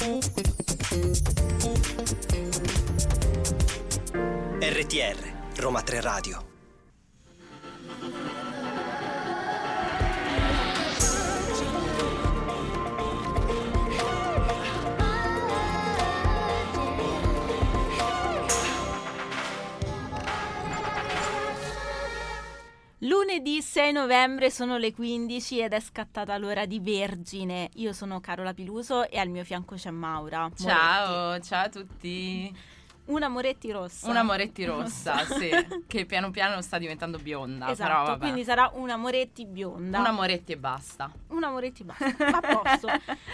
RTR, Roma 3 Radio. Lunedì 6 novembre sono le 15 ed è scattata l'ora di Vergine. Io sono Carola Piluso e al mio fianco c'è Maura Ciao, ciao a tutti. Una Moretti rossa. Una Moretti rossa, sì, che piano piano sta diventando bionda. Esatto, però vabbè. quindi sarà una Moretti bionda. Una Moretti e basta. Una Moretti basta, a posto.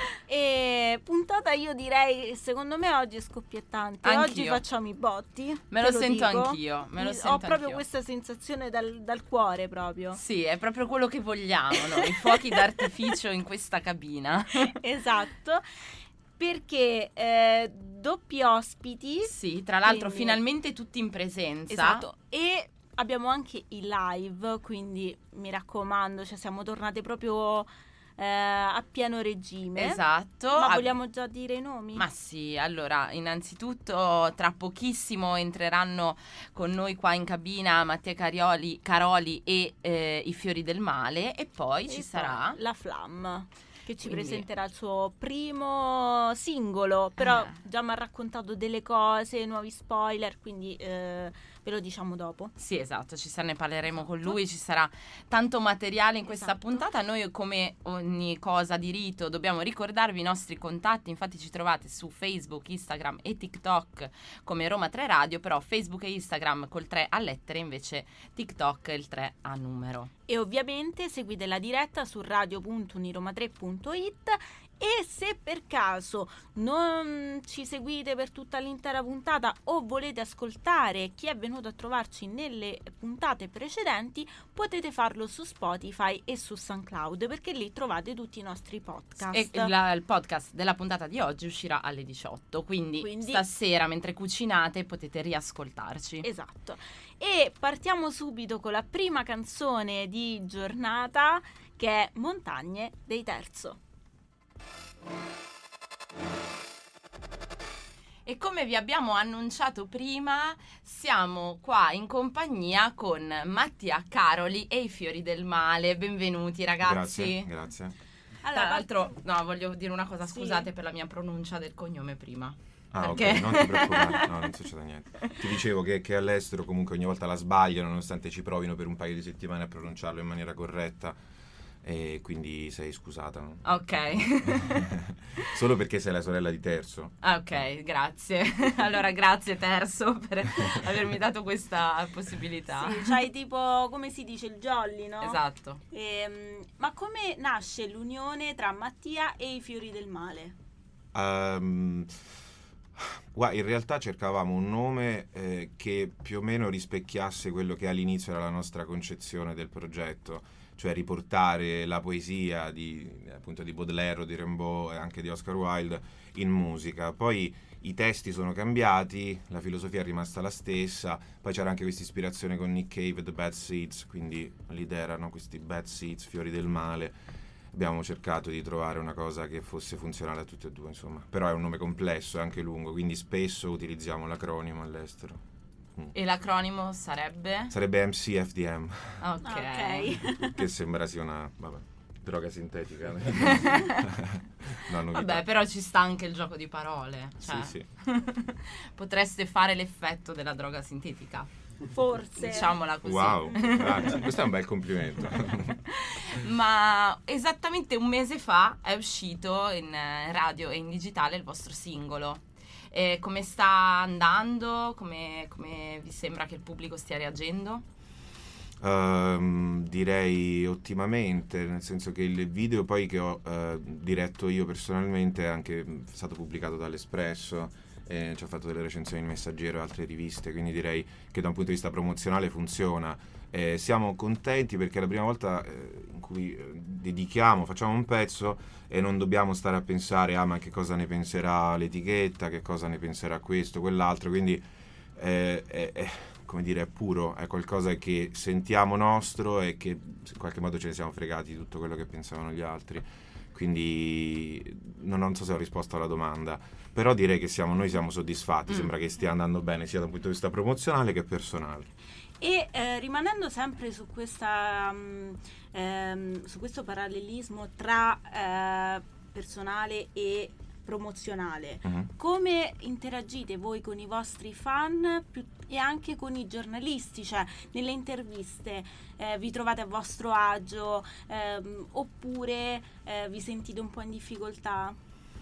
E puntata io direi, secondo me oggi è scoppiettante. Anch'io. Oggi facciamo i botti. Me lo sento anch'io. Ho proprio questa sensazione dal cuore proprio. Sì, è proprio quello che vogliamo noi, i fuochi d'artificio in questa cabina. Esatto. Perché doppi ospiti. Sì, tra l'altro quindi, finalmente tutti in presenza. Esatto. E abbiamo anche i live, quindi mi raccomando, cioè siamo tornate proprio a pieno regime. Esatto. Ma vogliamo già dire i nomi? Ma sì, allora, innanzitutto tra pochissimo entreranno con noi qua in cabina Mattia Caroli e i Fiori del Male, e poi ci sarà la Flam, che ci Quindi presenterà il suo primo singolo, però già mi ha raccontato delle cose, nuovi spoiler, quindi ve lo diciamo dopo. Sì, esatto, ne parleremo con lui, ci sarà tanto materiale in questa puntata. Noi, come ogni cosa di rito, dobbiamo ricordarvi i nostri contatti. Infatti ci trovate su Facebook, Instagram e TikTok come Roma 3 Radio, però Facebook e Instagram col 3 a lettere, invece TikTok il 3 a numero. E ovviamente seguite la diretta su radio.uniroma3.it. E se per caso non ci seguite per tutta l'intera puntata o volete ascoltare chi è venuto a trovarci nelle puntate precedenti, potete farlo su Spotify e su SoundCloud, perché lì trovate tutti i nostri podcast. E il podcast della puntata di oggi uscirà alle 18, quindi stasera mentre cucinate potete riascoltarci. Esatto. E partiamo subito con la prima canzone di giornata, che è Montagne dei Terzo. E come vi abbiamo annunciato prima, siamo qua in compagnia con Mattia Caroli e i Fiori del Male. Benvenuti ragazzi. Grazie. Allora, tra l'altro, no, voglio dire una cosa, scusate per la mia pronuncia del cognome prima. Perché? Ok, non ti preoccupare, no, non succede niente. Ti dicevo che all'estero comunque ogni volta la sbagliano, nonostante ci provino per un paio di settimane a pronunciarlo in maniera corretta. E quindi sei scusata, no? Ok. Solo perché sei la sorella di Terzo. Ok, grazie. Allora grazie Terzo per avermi dato questa possibilità. Sì, c'hai tipo, come si dice, il jolly, no? Esatto. Ma come nasce l'unione tra Mattia e i Fiori del Male? In realtà cercavamo un nome che più o meno rispecchiasse quello che all'inizio era la nostra concezione del progetto, cioè riportare la poesia appunto di Baudelaire, di Rimbaud e anche di Oscar Wilde in musica. Poi i testi sono cambiati, la filosofia è rimasta la stessa, poi c'era anche questa ispirazione con Nick Cave e The Bad Seeds, quindi l'idea erano questi Bad Seeds, Fiori del Male. Abbiamo cercato di trovare una cosa che fosse funzionale a tutti e due, insomma. Però è un nome complesso e anche lungo, quindi spesso utilizziamo l'acronimo all'estero. E l'acronimo sarebbe? Sarebbe MCFDM. Ok. Che sembra sia una droga sintetica. Vabbè, però ci sta anche il gioco di parole. Cioè, sì. Potreste fare l'effetto della droga sintetica. Forse. Diciamola così. Wow, grazie. Questo è un bel complimento. Ma esattamente un mese fa è uscito in radio e in digitale il vostro singolo. Come sta andando? Come vi sembra che il pubblico stia reagendo? Direi ottimamente, nel senso che il video poi che ho diretto io personalmente è anche stato pubblicato dall'Espresso, ci ho fatto delle recensioni in Messaggero e altre riviste, quindi direi che da un punto di vista promozionale funziona. Siamo contenti perché è la prima volta in cui facciamo un pezzo e non dobbiamo stare a pensare ma che cosa ne penserà l'etichetta, che cosa ne penserà questo, quell'altro, quindi come dire, è puro, è qualcosa che sentiamo nostro e che in qualche modo ce ne siamo fregati di tutto quello che pensavano gli altri. quindi non so se ho risposto alla domanda, però direi che noi siamo soddisfatti, sembra che stia andando bene sia da un punto di vista promozionale che personale. E rimanendo sempre su questa su questo parallelismo tra personale e promozionale, come interagite voi con i vostri fan e anche con i giornalisti? Cioè, nelle interviste vi trovate a vostro agio oppure vi sentite un po' in difficoltà?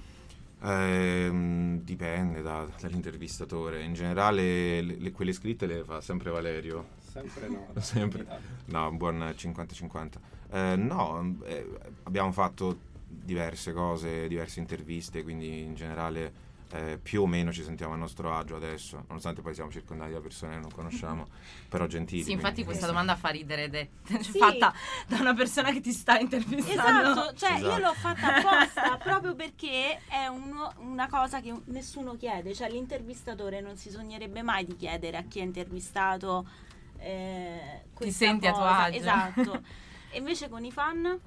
Dipende dall'intervistatore. In generale quelle scritte le fa sempre Valerio. Sempre no. Sempre. No, un buon 50-50. No, abbiamo fatto diverse cose, diverse interviste, quindi in generale più o meno ci sentiamo a nostro agio adesso, nonostante poi siamo circondati da persone che non conosciamo, però gentili. Sì, infatti questa domanda fa ridere Sì. fatta da una persona che ti sta intervistando. Esatto, cioè Esatto. io l'ho fatta apposta proprio perché è una cosa che nessuno chiede, cioè l'intervistatore non si sognerebbe mai di chiedere a chi ha intervistato questa senti a tuo cosa. agio. Esatto. E invece con i fan?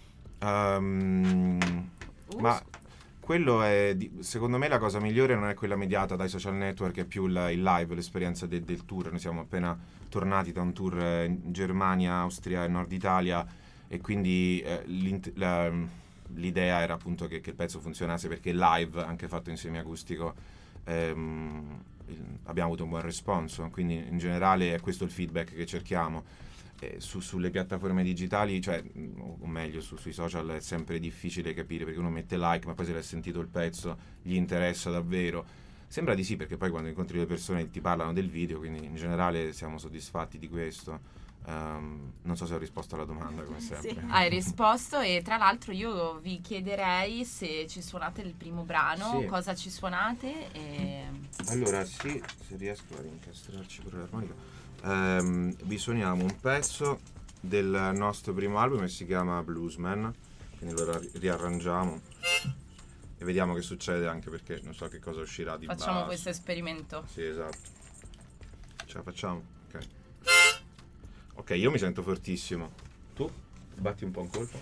Ma quello è, secondo me la cosa migliore non è quella mediata dai social network, è più il live, l'esperienza del tour. Noi siamo appena tornati da un tour in Germania, Austria e Nord Italia, e quindi l'idea era appunto che il pezzo funzionasse, perché live, anche fatto in semiacustico, abbiamo avuto un buon responso, quindi in generale è questo il feedback che cerchiamo. Sulle piattaforme digitali, cioè, o meglio sui social, è sempre difficile capire, perché uno mette like ma poi se l'è sentito il pezzo gli interessa davvero. Sembra di sì, perché poi quando incontri le persone ti parlano del video, quindi in generale siamo soddisfatti di questo. Non so se ho risposto alla domanda, come sempre. Sì. Hai risposto, e tra l'altro io vi chiederei se ci suonate il primo brano, Sì. cosa ci suonate e... Allora sì, se riesco a incastrarci pure l'armonica. Vi suoniamo un pezzo del nostro primo album che si chiama Bluesman, quindi lo riarrangiamo e vediamo che succede, anche perché non so che cosa uscirà di facciamo basso. questo esperimento. Sì, esatto. Ce la facciamo? Ok. Ok, io mi sento fortissimo. Tu? Batti un po' un colpo.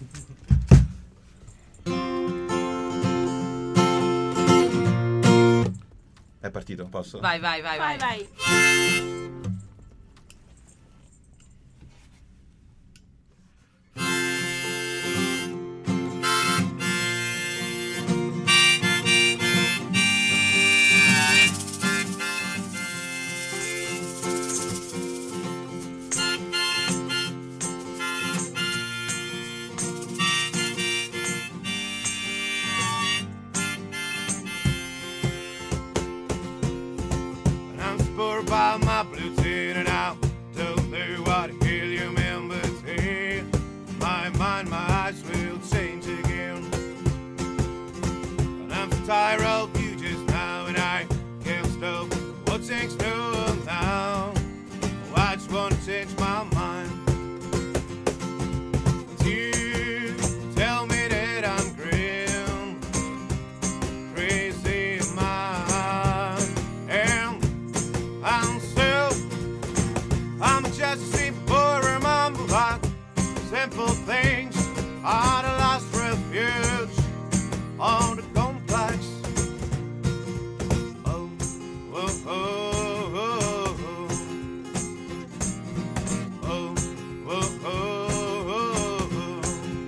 È partito, posso? Vai. Vai. By my blue tin and I don't know what helium embers here. My mind, my eyes will change again. And I'm tired of you just now, and I can't stop watching snow now. Oh, I just want to change my mind. You tell me that I'm grim, crazy in my mind, and I'm just a simple boy, remember that simple things are the last refuge on the complex. Oh, oh, oh, oh, oh, oh, oh, oh, oh, oh.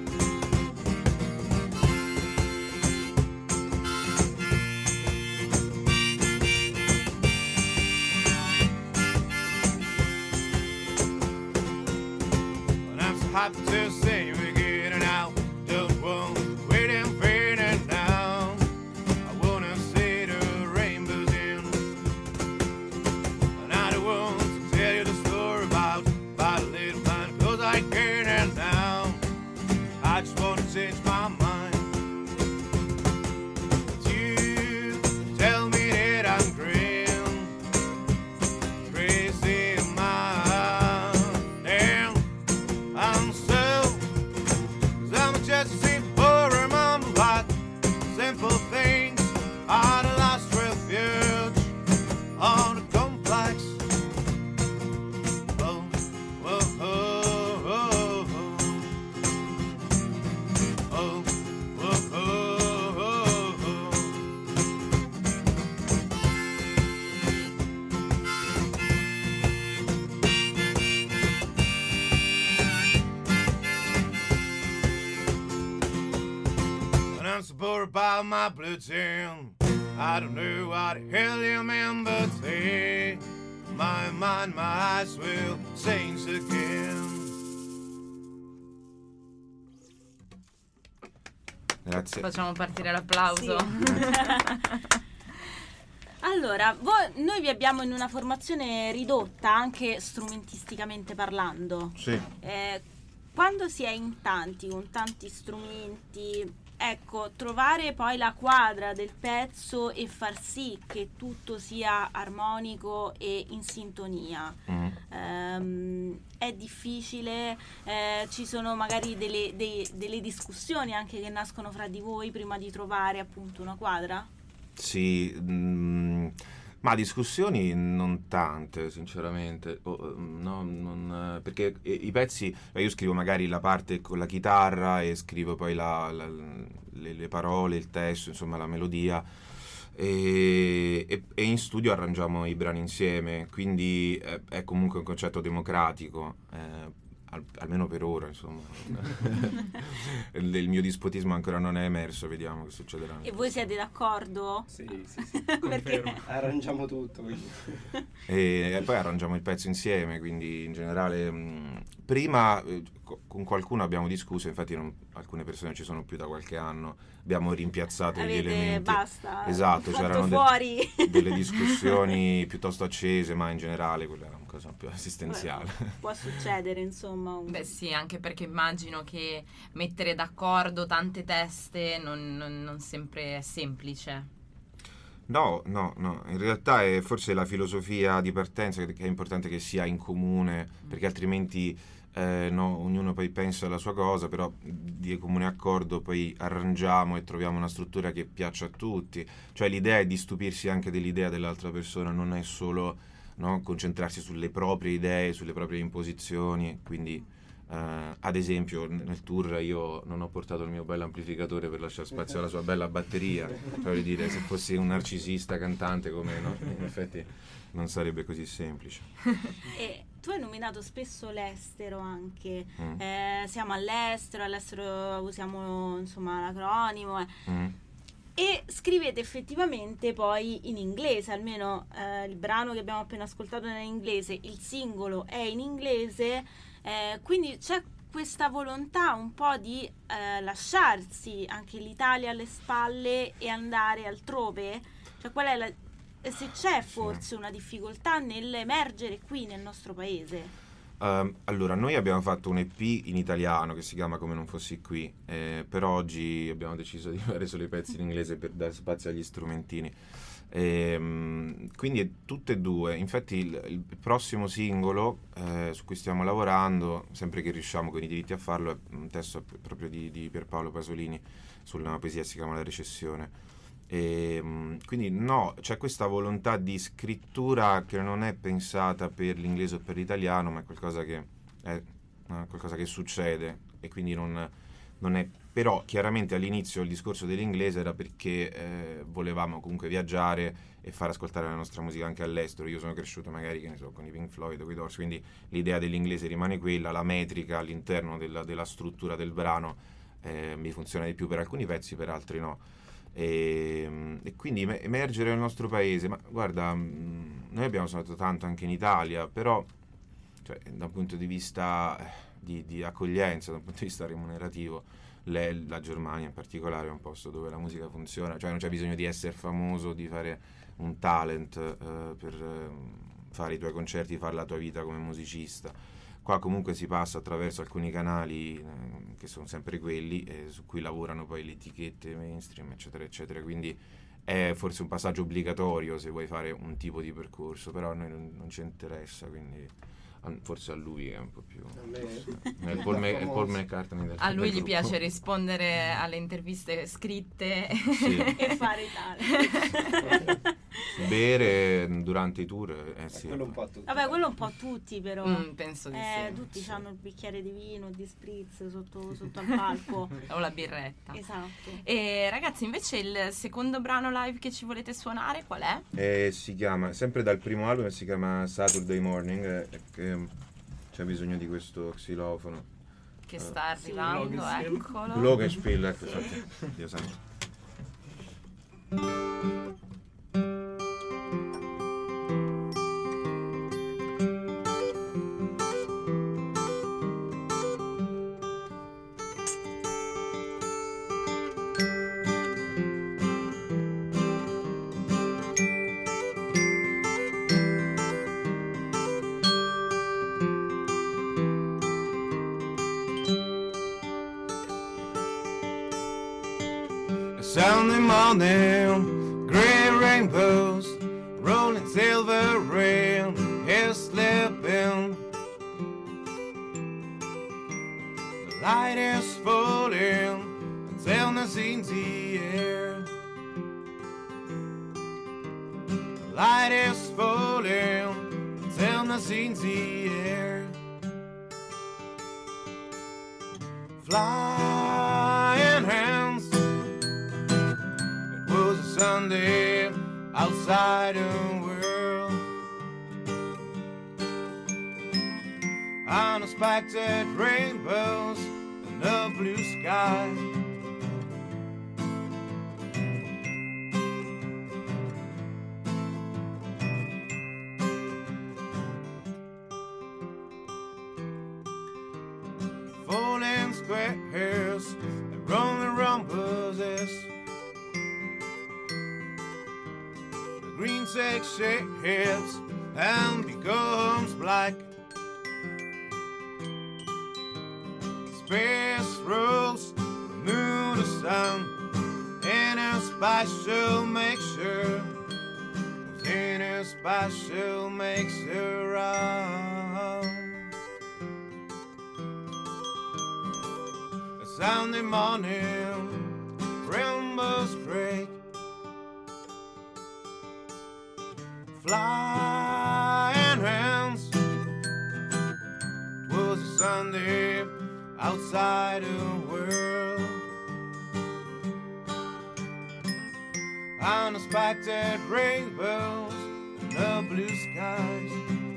Happy to see you again, and I don't want to wait and fade it now. I wanna see the rainbows in, and I don't want to tell you the story about a little man, 'cause I can't, and now I just wanna change my mind. But you tell me that I'm grim, crazy in my damn. I'm so, 'cause I'm just a simple boy, remember what simple things are the last refuge on the complex. Oh, oh, oh, oh, oh, oh, responsible about my platoon. I don't know what the hell you mean, but say, my mind, my eyes will change again. Grazie. Facciamo partire l'applauso. Allora, noi vi abbiamo in una formazione ridotta, anche strumentisticamente parlando. Sì. Quando si è in tanti, con tanti strumenti, ecco, trovare poi la quadra del pezzo e far sì che tutto sia armonico e in sintonia. È difficile, ci sono magari delle discussioni anche che nascono fra di voi prima di trovare appunto una quadra? Sì, ma discussioni non tante, sinceramente. Perché i pezzi, io scrivo magari la parte con la chitarra e scrivo poi le parole, il testo, insomma la melodia, e in studio arrangiamo i brani insieme, quindi è comunque un concetto democratico. Almeno per ora, insomma. Il mio dispotismo ancora non è emerso, vediamo che succederà. E voi siete d'accordo? Sì, Perché? arrangiamo tutto, quindi. E poi arrangiamo il pezzo insieme, quindi in generale prima con qualcuno abbiamo discusso, infatti alcune persone non ci sono più da qualche anno, abbiamo rimpiazzato gli elementi. Basta. Esatto, c'erano fuori. delle discussioni piuttosto accese, ma in generale quella era una cosa più assistenziale. Può succedere, insomma. Beh sì, anche perché immagino che mettere d'accordo tante teste non sempre è semplice. No, in realtà è forse la filosofia di partenza che è importante che sia in comune, perché altrimenti ognuno poi pensa alla sua cosa, però di comune accordo poi arrangiamo e troviamo una struttura che piaccia a tutti. Cioè l'idea è di stupirsi anche dell'idea dell'altra persona, non è solo concentrarsi sulle proprie idee, sulle proprie imposizioni, quindi ad esempio nel tour io non ho portato il mio bello amplificatore per lasciare spazio alla sua bella batteria, voglio dire, se fossi un narcisista cantante come no, in effetti non sarebbe così semplice. E tu hai nominato spesso l'estero anche, siamo all'estero usiamo insomma l'acronimo e scrivete effettivamente poi in inglese, almeno il brano che abbiamo appena ascoltato è in inglese, il singolo è in inglese, quindi c'è questa volontà un po' di lasciarsi anche l'Italia alle spalle e andare altrove, cioè qual è se c'è forse una difficoltà nell'emergere qui nel nostro paese? Allora, noi abbiamo fatto un EP in italiano che si chiama Come non fossi qui, per oggi abbiamo deciso di fare solo i pezzi in inglese per dare spazio agli strumentini. Quindi tutte e due. Infatti il prossimo singolo su cui stiamo lavorando, sempre che riusciamo con i diritti a farlo, è un testo proprio di Pierpaolo Pasolini sulla poesia, si chiama La recessione. Quindi no, c'è questa volontà di scrittura che non è pensata per l'inglese o per l'italiano, ma è qualcosa che succede, e quindi non è. Però chiaramente all'inizio il discorso dell'inglese era perché volevamo comunque viaggiare e far ascoltare la nostra musica anche all'estero. Io sono cresciuto magari, che ne so, con i Pink Floyd o con i Doors, quindi l'idea dell'inglese rimane quella, la metrica all'interno della struttura del brano mi funziona di più per alcuni pezzi, per altri no. E quindi emergere nel nostro paese, ma guarda, noi abbiamo suonato tanto anche in Italia, però da un punto di vista di accoglienza, da un punto di vista remunerativo, la Germania in particolare è un posto dove la musica funziona, cioè non c'è bisogno di essere famoso, di fare un talent per fare i tuoi concerti, fare la tua vita come musicista. Qua comunque si passa attraverso alcuni canali che sono sempre quelli, su cui lavorano poi le etichette mainstream, eccetera, eccetera. Quindi è forse un passaggio obbligatorio se vuoi fare un tipo di percorso, però a noi non ci interessa, quindi forse a lui è un po' più. È il Paul McCartney a lui del gli gruppo. piace rispondere alle interviste scritte Sì. E fare talent. Bere durante i tour, sì. Quello un po' a tutti. Vabbè, quello un po' tutti però. penso di sì. Tutti hanno il bicchiere di vino, di spritz sotto al palco. O la birretta. Esatto. E ragazzi, invece il secondo brano live che ci volete suonare qual è? Si chiama, sempre dal primo album, si chiama Saturday Morning, che c'è bisogno di questo xilofono. Che sta arrivando, Glockenspiel. eccolo. Glockenspiel, ecco, infatti, Dio santo. Sunday morning, gray rainbows, rolling silver rain, is slipping. The light is falling until nothing's the air. The light is falling until nothing's the air. Flying hands. Sunday outside the world. Unexpected rainbows in the blue sky. Falling squares and rolling rumbles. Green takes shapes and becomes black. Space rolls through the sun in a special mixture. In a special mixture round. A Sunday morning, rainbows break. Flying hands. It was a Sunday outside the world. Unexpected rainbows in the blue skies.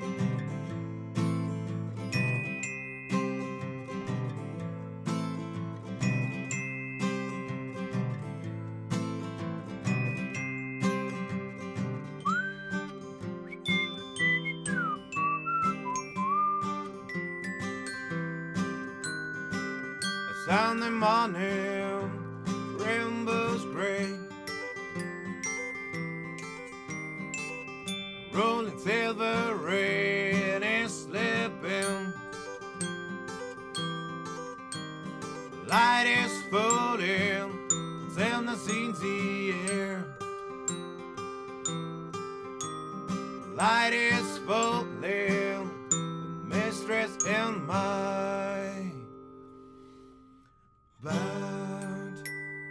Sunday morning, rainbows gray, rolling silver rain is slipping. Light is falling until nothing's the air. Light is falling, the mistress in my band.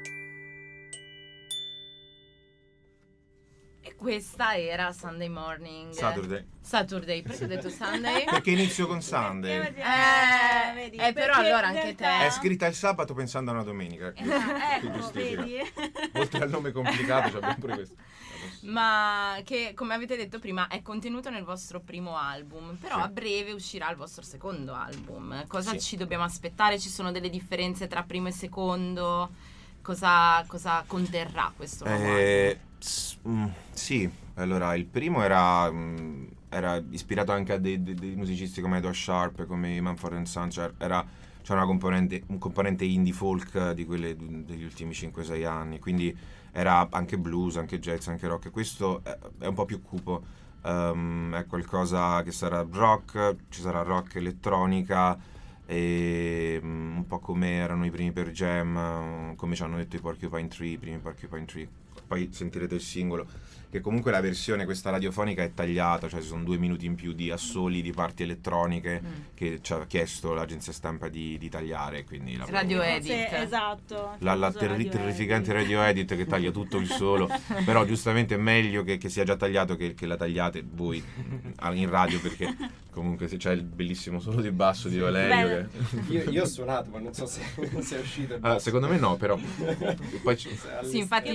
E questa era Sunday Morning. Saturday. Perché ho detto Sunday? Perché inizio con Sunday. Vedi, però allora anche te. È scritta il sabato pensando a una domenica. Ecco, vedi. Oltre al nome complicato abbiamo pure questo. Ma che, come avete detto prima, è contenuto nel vostro primo album. Però Sì. a breve uscirà il vostro secondo album. Cosa Sì. ci dobbiamo aspettare? Ci sono delle differenze tra primo e secondo? Cosa conterrà questo nuovo album? Sì, allora il primo era ispirato anche a dei musicisti come Edward Sharpe, come i Mumford & Sons, c'è un componente indie folk di quelle degli ultimi 5-6 anni, quindi era anche blues, anche jazz, anche rock. Questo è un po' più cupo, è qualcosa che sarà rock, ci sarà rock elettronica, e un po' come erano i primi per Jam, come ci hanno detto i Porcupine Tree. Poi sentirete il singolo, che comunque la versione questa radiofonica è tagliata, cioè ci sono 2 minuti in più di assoli di parti elettroniche che ci ha chiesto l'agenzia stampa di tagliare, quindi Radio Edit. Sì, esatto. la terrificante Radio Edit che taglia tutto il solo. Però giustamente è meglio che sia già tagliato che la tagliate voi in radio, perché comunque se c'è il bellissimo solo di basso di Valerio Io ho suonato, ma non so se è uscito. secondo me no, però poi Sì, infatti E in poi realtà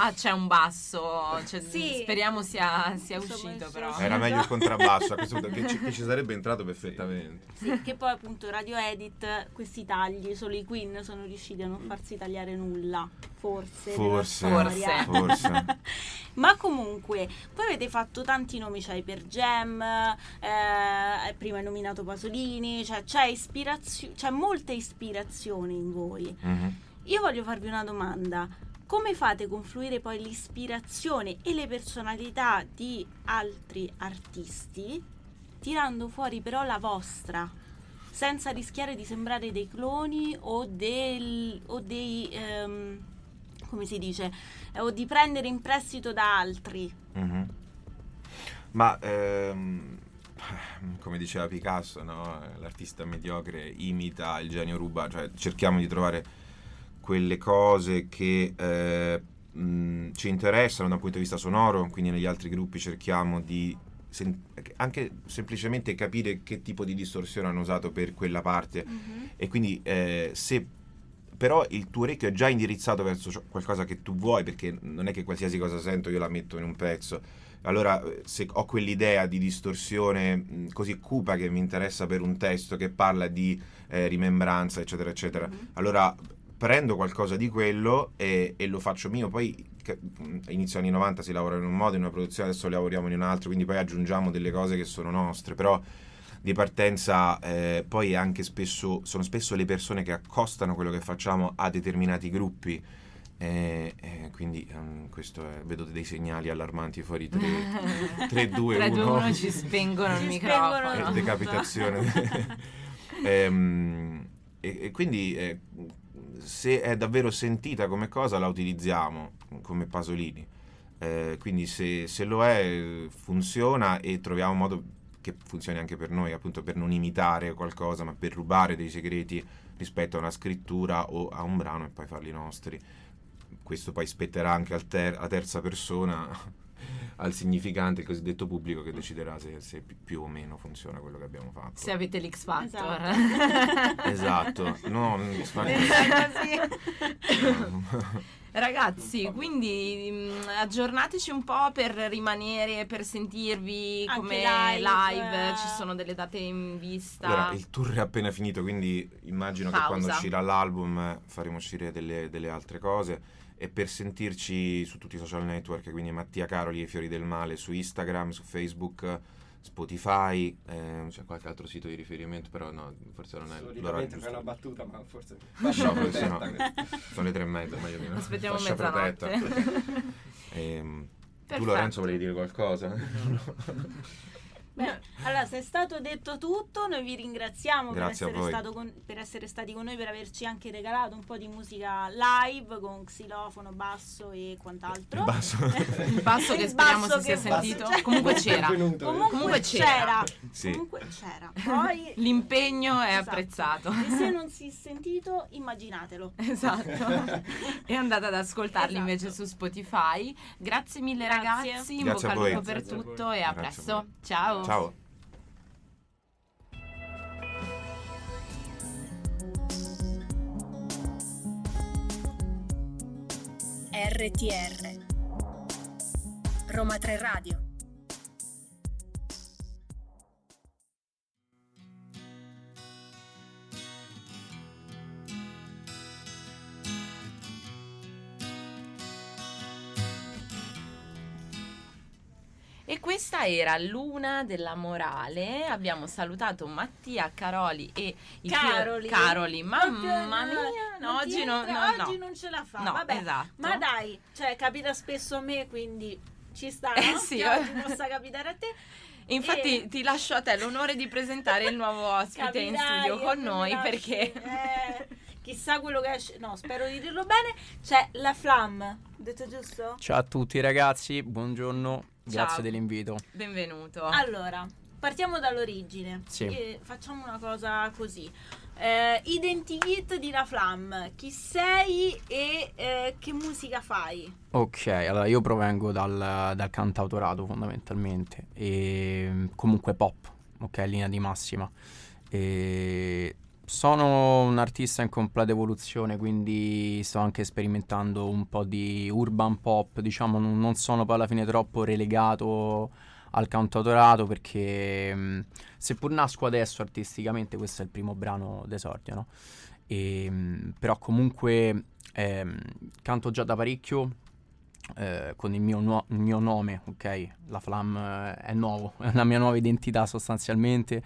c'è un basso, cioè, Sì. speriamo sia Insomma, uscito sì. però. Era meglio il contrabbasso a questo punto, che ci sarebbe entrato perfettamente. Sì, che poi appunto Radio Edit, questi tagli, solo i Queen sono riusciti a non farsi tagliare nulla, forse. della storia. Forse. Ma comunque, poi avete fatto tanti nomi, c'è Hyper Jam, prima hai nominato Pasolini, cioè c'è molte ispirazioni in voi. Mhm. Io voglio farvi una domanda. Come fate a confluire poi l'ispirazione e le personalità di altri artisti, tirando fuori però la vostra, senza rischiare di sembrare dei cloni o dei come si dice, o di prendere in prestito da altri? Mhm. Ma come diceva Picasso, no? L'artista mediocre imita, il genio ruba, cioè cerchiamo di trovare quelle cose che ci interessano da un punto di vista sonoro, quindi negli altri gruppi cerchiamo di anche semplicemente capire che tipo di distorsione hanno usato per quella parte, e quindi se però il tuo orecchio è già indirizzato verso qualcosa che tu vuoi, perché non è che qualsiasi cosa sento io la metto in un pezzo. Allora, se ho quell'idea di distorsione così cupa che mi interessa per un testo che parla di rimembranza, eccetera, eccetera, allora prendo qualcosa di quello e lo faccio mio. Poi inizio anni 90 si lavora in un modo, in una produzione, adesso lavoriamo in un altro, quindi poi aggiungiamo delle cose che sono nostre, però di partenza poi anche sono spesso le persone che accostano quello che facciamo a determinati gruppi. Quindi questo vedo dei segnali allarmanti fuori. 3, 2, 3, 2, 1 1 ci spengono il Ci microfono. spengono. decapitazione. E quindi se è davvero sentita come cosa la utilizziamo come Pasolini, quindi se lo è funziona, e troviamo un modo che funzioni anche per noi, appunto per non imitare qualcosa ma per rubare dei segreti rispetto a una scrittura o a un brano e poi farli nostri. Questo poi spetterà anche alla terza persona, al significante, il cosiddetto pubblico, che deciderà se più o meno funziona quello che abbiamo fatto. Se avete l'X Factor. Esatto. No, Ragazzi, quindi aggiornateci un po' per rimanere, per sentirvi Anche come live. ci sono delle date in vista. Allora, il tour è appena finito, quindi immagino che quando uscirà l'album faremo uscire delle altre cose, e per sentirci su tutti i social network, quindi Mattia Caroli e Fiori del Male su Instagram, su Facebook, Spotify, c'è qualche altro sito di riferimento, però no, forse non è l'ora Solitamente fai una giusta. battuta, ma forse No, fascia forse no. protetta. Sono le 3:30, meglio di no. Aspettiamo Fascia protetta. mezzanotte. Ok. Tu Perfetto. Lorenzo volevi dire qualcosa? Beh, allora, se è stato detto tutto, noi vi ringraziamo Grazie a voi. per essere stati con noi, per averci anche regalato un po' di musica live con xilofono, basso e quant'altro. Il basso. Il basso che Il speriamo basso si sia che sentito. c'è. Comunque c'era. Comunque c'era. Sì. Comunque c'era. Poi L'impegno è Esatto. apprezzato. E se non si è sentito, immaginatelo. Esatto. E andate ad ascoltarli Esatto. invece su Spotify. Grazie mille Grazie. ragazzi, in Grazie bocca a al voi. lupo per Grazie a voi. tutto e a Grazie a presto. voi. Ciao. Ciao. RTR Roma 3 Radio. E questa era Luna della Morale. Abbiamo salutato Mattia Caroli e i Caroli. Mamma mia, no, oggi oggi non ce la fa. No, Vabbè. esatto. Ma dai, cioè capita spesso a me, quindi ci sta, no? Sì, Che oggi possa capitare a te. E infatti E- ti lascio a te l'onore di presentare il nuovo ospite in Capirai, studio con me noi, lasci, perché chissà quello che esce. No, spero di dirlo bene. C'è la Flam, ho detto giusto? Ciao a tutti ragazzi, buongiorno, grazie Ciao. dell'invito. benvenuto. Allora, partiamo dall'origine. Sì. E facciamo una cosa così. Identikit di La Flam. Chi sei e che musica fai? Ok, allora io provengo dal cantautorato fondamentalmente, e comunque pop, ok, linea di massima. E Sono un artista in completa evoluzione, quindi sto anche sperimentando un po' di urban pop, diciamo, non sono poi alla fine troppo relegato al cantautorato, perché seppur nasco adesso artisticamente, questo è il primo brano d'esordio, no? Però comunque canto già da parecchio, con il mio nome, ok? La Flam è nuovo, è la mia nuova identità sostanzialmente,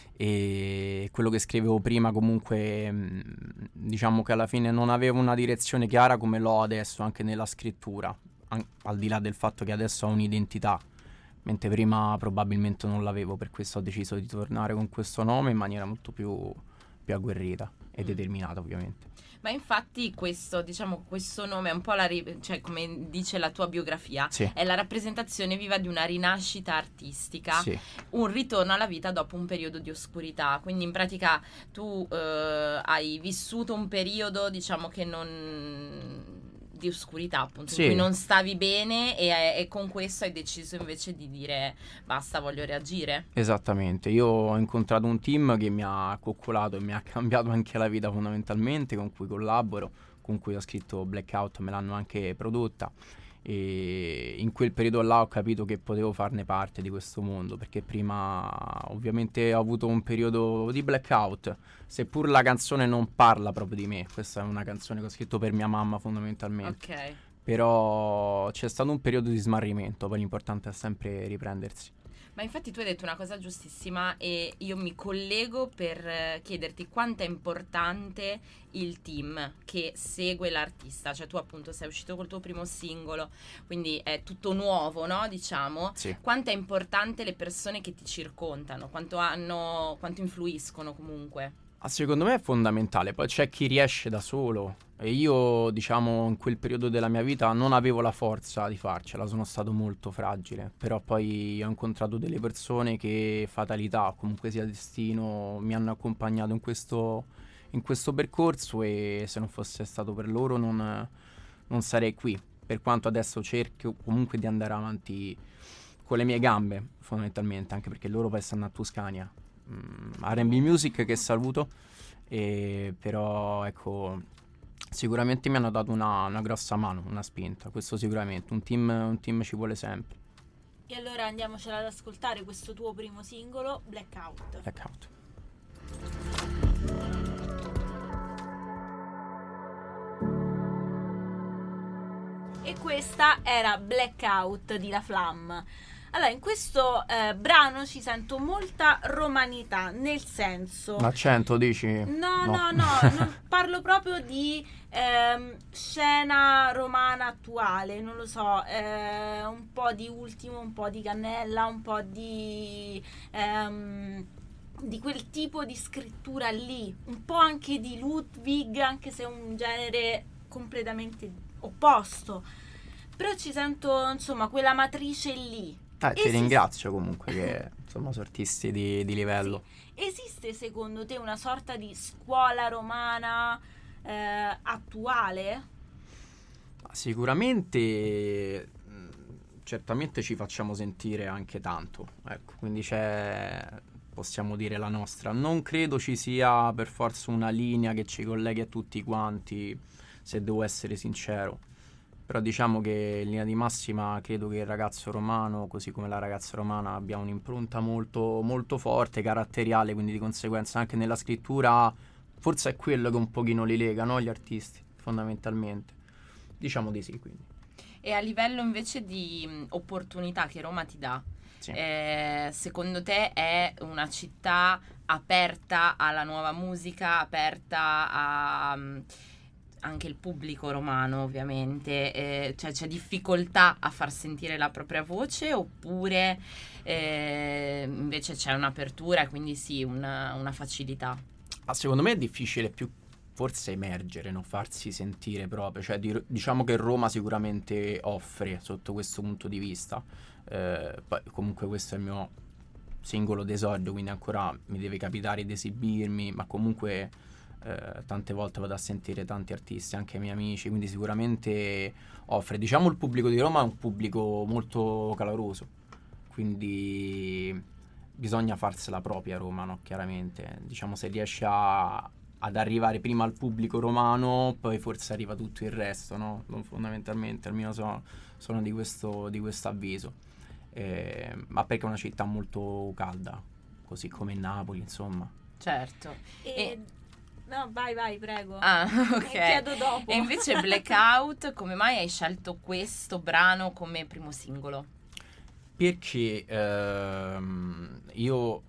e quello che scrivevo prima comunque diciamo che alla fine non avevo una direzione chiara come l'ho adesso anche nella scrittura, al di là del fatto che adesso ho un'identità, mentre prima probabilmente non l'avevo, per questo ho deciso di tornare con questo nome in maniera molto più agguerrita e determinata, ovviamente. Ma infatti questo, diciamo, questo nome è un po' cioè, come dice la tua biografia, Sì. è la rappresentazione viva di una rinascita artistica, Sì. un ritorno alla vita dopo un periodo di oscurità. Quindi in pratica tu hai vissuto un periodo, diciamo, che non di oscurità, appunto, Sì. in cui non stavi bene, e con questo hai deciso invece di dire basta, voglio reagire. Esattamente, io ho incontrato un team che mi ha coccolato e mi ha cambiato anche la vita fondamentalmente, con cui collaboro, con cui ho scritto Blackout, me l'hanno anche prodotta, e in quel periodo là ho capito che potevo farne parte di questo mondo, perché prima ovviamente ho avuto un periodo di blackout, seppur la canzone non parla proprio di me, questa è una canzone che ho scritto per mia mamma fondamentalmente, Ok. però c'è stato un periodo di smarrimento, poi l'importante è sempre riprendersi. Ma infatti tu hai detto una cosa giustissima, e io mi collego per chiederti quanto è importante il team che segue l'artista. Cioè tu appunto sei uscito col tuo primo singolo, quindi è tutto nuovo, no? Diciamo. Sì. Quanto è importante le persone che ti circondano, quanto influiscono comunque. Secondo me è fondamentale, poi c'è chi riesce da solo, e io diciamo in quel periodo della mia vita non avevo la forza di farcela, sono stato molto fragile, però poi ho incontrato delle persone che, fatalità o comunque sia destino, mi hanno accompagnato in questo percorso, e se non fosse stato per loro non sarei qui, per quanto adesso cerco comunque di andare avanti con le mie gambe fondamentalmente, anche perché loro poi stanno a Tuscania. R&B Music, che saluto, però ecco, sicuramente mi hanno dato una grossa mano, una spinta, questo sicuramente, un team ci vuole sempre. E allora andiamocela ad ascoltare questo tuo primo singolo, Blackout. Blackout. E questa era Blackout di La Flam. Allora, in questo brano ci sento molta romanità, nel senso... L'accento dici? No, parlo proprio di scena romana attuale, non lo so, un po' di Ultimo, un po' di Cannella, un po' di quel tipo di scrittura lì, un po' anche di Ludwig, anche se è un genere completamente opposto, però ci sento insomma quella matrice lì. Ti ringrazio comunque, che insomma sono artisti di livello. Sì. Esiste secondo te una sorta di scuola romana attuale? Sicuramente, certamente ci facciamo sentire anche tanto, ecco, quindi possiamo dire la nostra. Non credo ci sia per forza una linea che ci colleghi a tutti quanti, se devo essere sincero. Però diciamo che in linea di massima credo che il ragazzo romano, così come la ragazza romana, abbia un'impronta molto, molto forte, caratteriale, quindi di conseguenza anche nella scrittura forse è quello che un pochino li lega, no? Gli artisti, fondamentalmente. Diciamo di sì, quindi. E a livello invece di opportunità che Roma ti dà, Sì. secondo te è una città aperta alla nuova musica, aperta a... anche il pubblico romano, ovviamente, cioè c'è difficoltà a far sentire la propria voce, oppure invece c'è un'apertura e quindi sì, una facilità? Secondo me è difficile più forse emergere, non farsi sentire proprio, cioè diciamo che Roma sicuramente offre sotto questo punto di vista, poi comunque questo è il mio singolo d'esordio, quindi ancora mi deve capitare di esibirmi, ma comunque tante volte vado a sentire tanti artisti, anche i miei amici, quindi sicuramente offre. Diciamo il pubblico di Roma è un pubblico molto caloroso, quindi bisogna farsela propria a Roma, no? Chiaramente, diciamo, se riesci ad arrivare prima al pubblico romano, poi forse arriva tutto il resto, no? Fondamentalmente, almeno sono di questo avviso. Ma perché è una città molto calda, così come Napoli, insomma. Certo. No, vai, prego. Ah, ok. Chiedo dopo. E invece Blackout, come mai hai scelto questo brano come primo singolo? Perché io,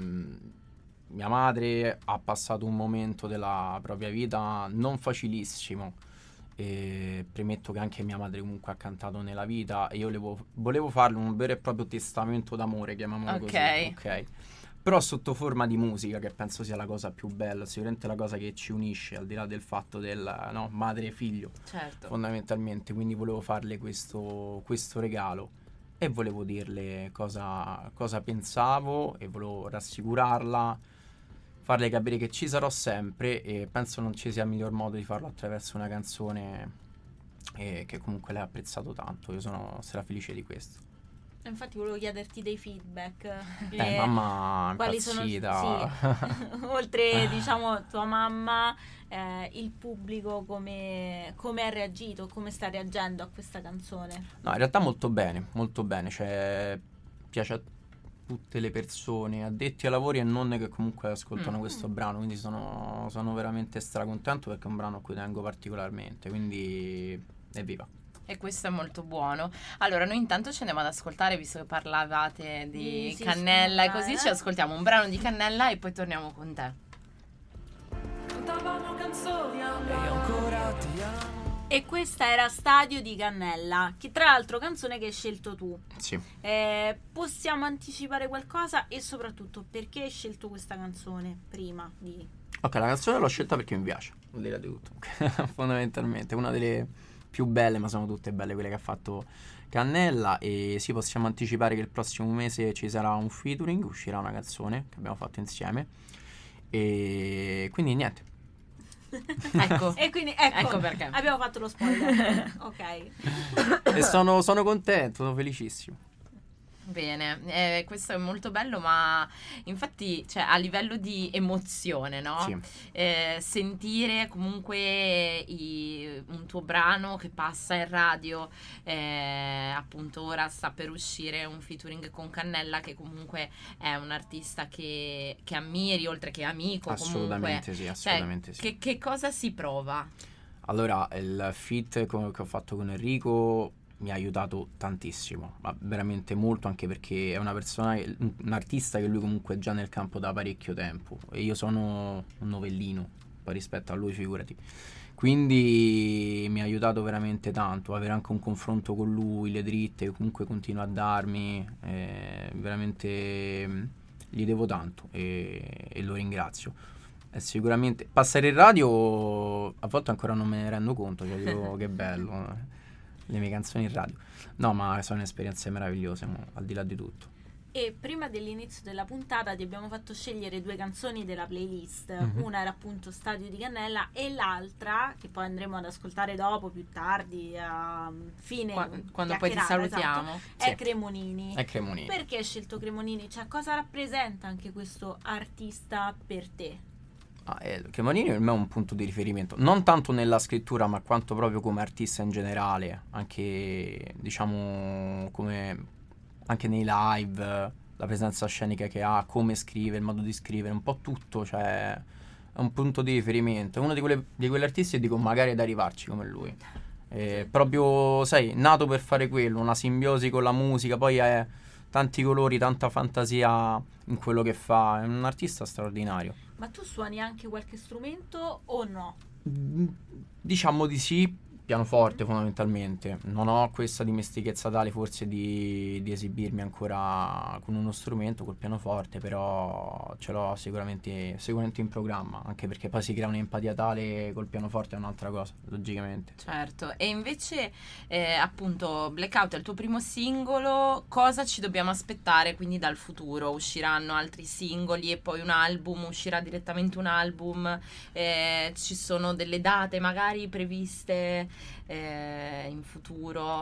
mia madre ha passato un momento della propria vita non facilissimo, e premetto che anche mia madre comunque ha cantato nella vita, e io volevo farle un vero e proprio testamento d'amore, chiamiamolo così, ok? Però sotto forma di musica, che penso sia la cosa più bella, sicuramente la cosa che ci unisce, al di là del fatto del madre e figlio, certo, fondamentalmente. Quindi volevo farle questo regalo e volevo dirle cosa pensavo, e volevo rassicurarla, farle capire che ci sarò sempre, e penso non ci sia miglior modo di farlo attraverso una canzone che comunque lei ha apprezzato tanto. Io sono strafelice di questo. Infatti volevo chiederti dei feedback. Mamma quali impazzita. Sì. Oltre, diciamo, tua mamma, il pubblico come ha reagito, come sta reagendo a questa canzone? No, in realtà molto bene, cioè piace a tutte le persone, addetti ai lavori e non, che comunque ascoltano questo brano, quindi sono veramente stracontento, perché è un brano a cui tengo particolarmente, quindi evviva. E questo è molto buono. Allora, noi intanto ci andiamo ad ascoltare, visto che parlavate di Cannella e così, ci ascoltiamo un brano di Cannella e poi torniamo con te. Cantavamo canzoni e ancora ti amo. E questa era Stadio di Cannella, che tra l'altro canzone che hai scelto tu. Sì. Possiamo anticipare qualcosa, e soprattutto perché hai scelto questa canzone prima di... Ok, la canzone l'ho scelta perché mi piace, vuol dire di tutto. Fondamentalmente, una delle più belle, ma sono tutte belle quelle che ha fatto Cannella. E sì, possiamo anticipare che il prossimo mese ci sarà un featuring, uscirà una canzone che abbiamo fatto insieme, e quindi Ecco. E quindi ecco perché abbiamo fatto lo spoiler. Ok. E sono contento, sono felicissimo. Bene, questo è molto bello, ma infatti, cioè, a livello di emozione, no? Sì. Sentire comunque un tuo brano che passa in radio, appunto ora sta per uscire un featuring con Cannella, che comunque è un artista che ammiri, oltre che amico. Assolutamente comunque. sì, assolutamente cioè, sì. Che cosa si prova? Allora, il feat che ho fatto con Enrico mi ha aiutato tantissimo, ma veramente molto, anche perché è una persona, un artista che lui comunque è già nel campo da parecchio tempo, e io sono un novellino, poi rispetto a lui figurati. Quindi mi ha aiutato veramente tanto, avere anche un confronto con lui, le dritte che comunque continua a darmi, veramente gli devo tanto, e lo ringrazio. Sicuramente passare in radio a volte ancora non me ne rendo conto, cioè dico che bello, le mie canzoni in radio. No, ma sono esperienze meravigliose, al di là di tutto. E prima dell'inizio della puntata ti abbiamo fatto scegliere 2 canzoni della playlist. Una era appunto Stadio di Cannella, e l'altra, che poi andremo ad ascoltare dopo, più tardi, a fine quando poi ti salutiamo, esatto, è Cremonini. È Cremonini. Perché hai scelto Cremonini? Cioè, cosa rappresenta anche questo artista per te? Cremonini per me è un punto di riferimento, non tanto nella scrittura, ma quanto proprio come artista in generale, anche diciamo come anche nei live, la presenza scenica che ha, come scrive, il modo di scrivere, un po' tutto, cioè è un punto di riferimento, è uno di quegli artisti, e dico magari ad arrivarci come lui, proprio, sai, nato per fare quello, una simbiosi con la musica, poi è tanti colori, tanta fantasia in quello che fa, è un artista straordinario. Ma tu suoni anche qualche strumento o no? Diciamo di sì, pianoforte fondamentalmente. Non ho questa dimestichezza tale forse di esibirmi ancora con uno strumento, col pianoforte, però ce l'ho sicuramente in programma, anche perché poi si crea un'empatia tale col pianoforte, è un'altra cosa, logicamente. Certo. E invece appunto Blackout è il tuo primo singolo, cosa ci dobbiamo aspettare quindi dal futuro? Usciranno altri singoli e poi un album, uscirà direttamente un album, ci sono delle date magari previste in futuro?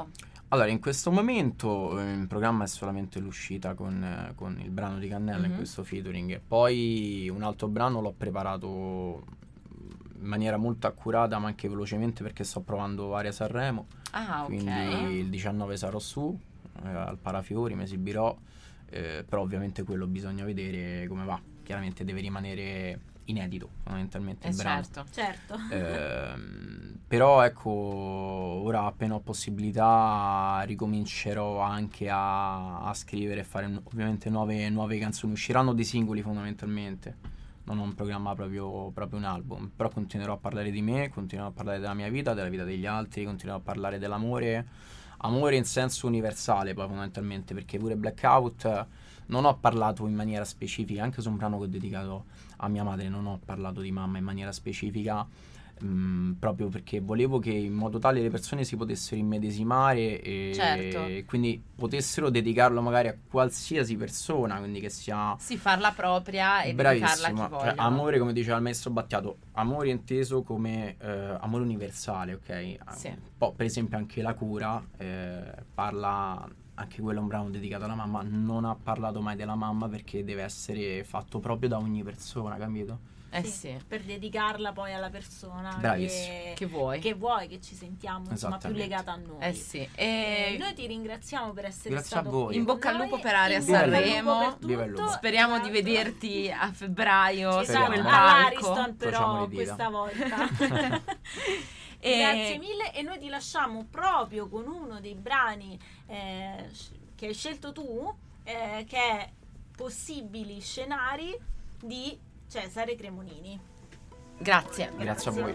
Allora, in questo momento in programma è solamente l'uscita con il brano di Cannella in questo featuring. Poi un altro brano l'ho preparato in maniera molto accurata, ma anche velocemente, perché sto provando Aria Sanremo. Ah, ok. Quindi il 19 sarò su al Parafiori, mi esibirò, però ovviamente quello bisogna vedere come va. Chiaramente deve rimanere inedito fondamentalmente il brano. Certo. Però ecco, ora appena ho possibilità ricomincerò anche a scrivere e fare ovviamente nuove canzoni. Usciranno dei singoli fondamentalmente, non ho un programma proprio un album, però continuerò a parlare di me, continuerò a parlare della mia vita, della vita degli altri, continuerò a parlare dell'amore in senso universale poi fondamentalmente, perché pure Blackout non ho parlato in maniera specifica, anche su un brano che ho dedicato a mia madre non ho parlato di mamma in maniera specifica, proprio perché volevo che in modo tale le persone si potessero immedesimare e quindi potessero dedicarlo magari a qualsiasi persona, quindi che sia farla propria e dedicarla a chi voglia. Amore, come diceva il maestro Battiato, amore inteso come amore universale, ok? Sì. Poi per esempio anche La Cura parla, anche quello è un brano dedicato alla mamma, non ha parlato mai della mamma perché deve essere fatto proprio da ogni persona, capito? Sì. Per dedicarla poi alla persona che vuoi, che ci sentiamo insomma più legata a noi. Noi ti ringraziamo per essere Grazie stato a voi. In bocca al lupo per Aria Sanremo. Speriamo di vederti a febbraio su quel palco. All'Ariston però questa volta. Grazie mille, e noi ti lasciamo proprio con uno dei brani che hai scelto tu, che è Possibili scenari di Cesare Cremonini. Grazie a voi.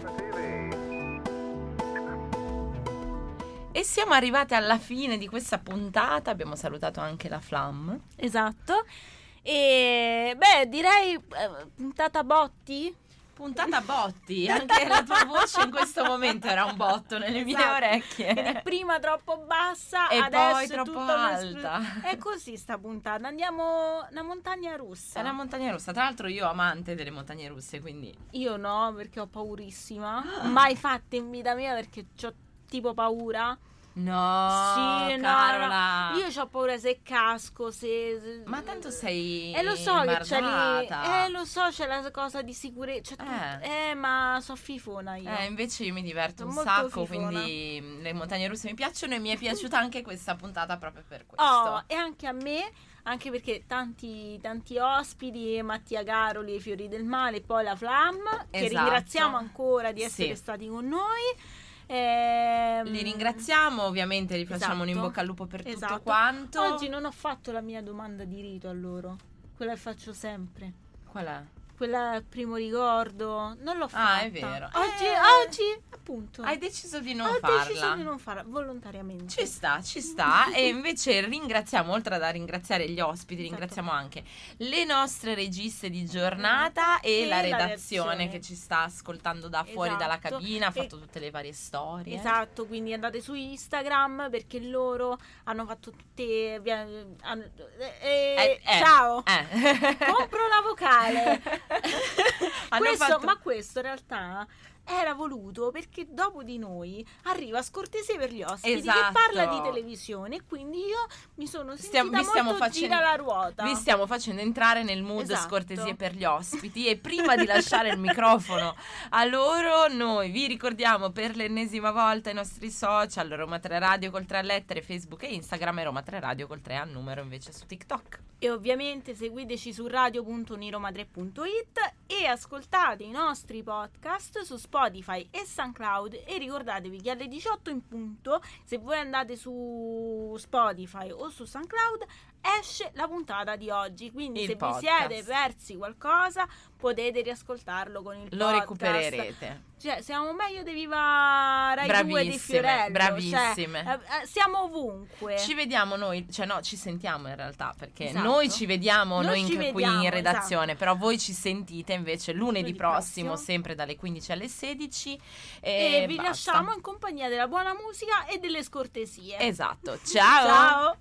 E siamo arrivate alla fine di questa puntata. Abbiamo salutato anche la Flam. Esatto. E direi puntata botti. Puntata botti, anche la tua voce in questo momento era un botto nelle mie orecchie. Quindi prima troppo bassa e adesso poi troppo alta. È così sta puntata. Andiamo una montagna russa. È una montagna russa. Tra l'altro io amante delle montagne russe, quindi io no, perché ho paurissima. Mai fatte in vita mia perché ho tipo paura. No, sì, Carola. No. Io ho paura se casco, se... Ma tanto sei lo so che c'è lì. Lo so, c'è la cosa di sicurezza. Ma so fifona io. Invece io mi diverto sono un molto sacco, fifona. quindi le montagne russe mi piacciono e mi è piaciuta anche questa puntata proprio per questo. Oh, e anche a me, anche perché tanti ospiti, Mattia Caroli, Fiori del Male, poi la Flam, che ringraziamo ancora di essere stati con noi. Li ringraziamo, ovviamente li facciamo un in bocca al lupo per tutto quanto. Oggi non ho fatto la mia domanda di rito a loro, quella che faccio sempre. Qual è? Quella primo ricordo, non l'ho fatta. Ah, è vero. Oggi appunto hai deciso di non farla. Ho deciso di non farla volontariamente. Ci sta. E invece ringraziamo, oltre a ringraziare gli ospiti, ringraziamo anche le nostre registe di giornata e la redazione che ci sta ascoltando da fuori dalla cabina, ha fatto tutte le varie storie. Esatto, quindi andate su Instagram perché loro hanno fatto tutte ciao. Compro la vocale. Ma questo in realtà era voluto perché dopo di noi arriva Scortesie per gli ospiti, che parla di televisione, quindi io mi sono sentita molto gira la ruota. Vi stiamo facendo entrare nel mood Scortesie per gli ospiti, e prima di lasciare il microfono a loro, noi vi ricordiamo per l'ennesima volta i nostri social: Roma 3 Radio col 3 a lettere, Facebook e Instagram, e Roma 3 Radio col 3 a numero invece su TikTok. E ovviamente seguiteci su radio.uniroma3.it e ascoltate i nostri podcast su Spotify e SoundCloud, e ricordatevi che alle 18 in punto, se voi andate su Spotify o su SoundCloud, esce la puntata di oggi, quindi se vi siete persi qualcosa potete riascoltarlo con il podcast. Lo recupererete. Cioè, siamo meglio di Viva Rai 2 di Fiorello. Bravissime. Cioè, siamo ovunque. Ci vediamo noi, cioè no, ci sentiamo in realtà, perché noi ci vediamo, qui in redazione, però voi ci sentite invece lunedì prossimo, sempre dalle 15 alle 16. E vi lasciamo in compagnia della buona musica e delle scortesie. Esatto, ciao! Ciao!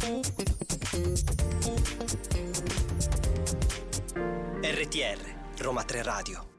RTR, Roma 3 Radio.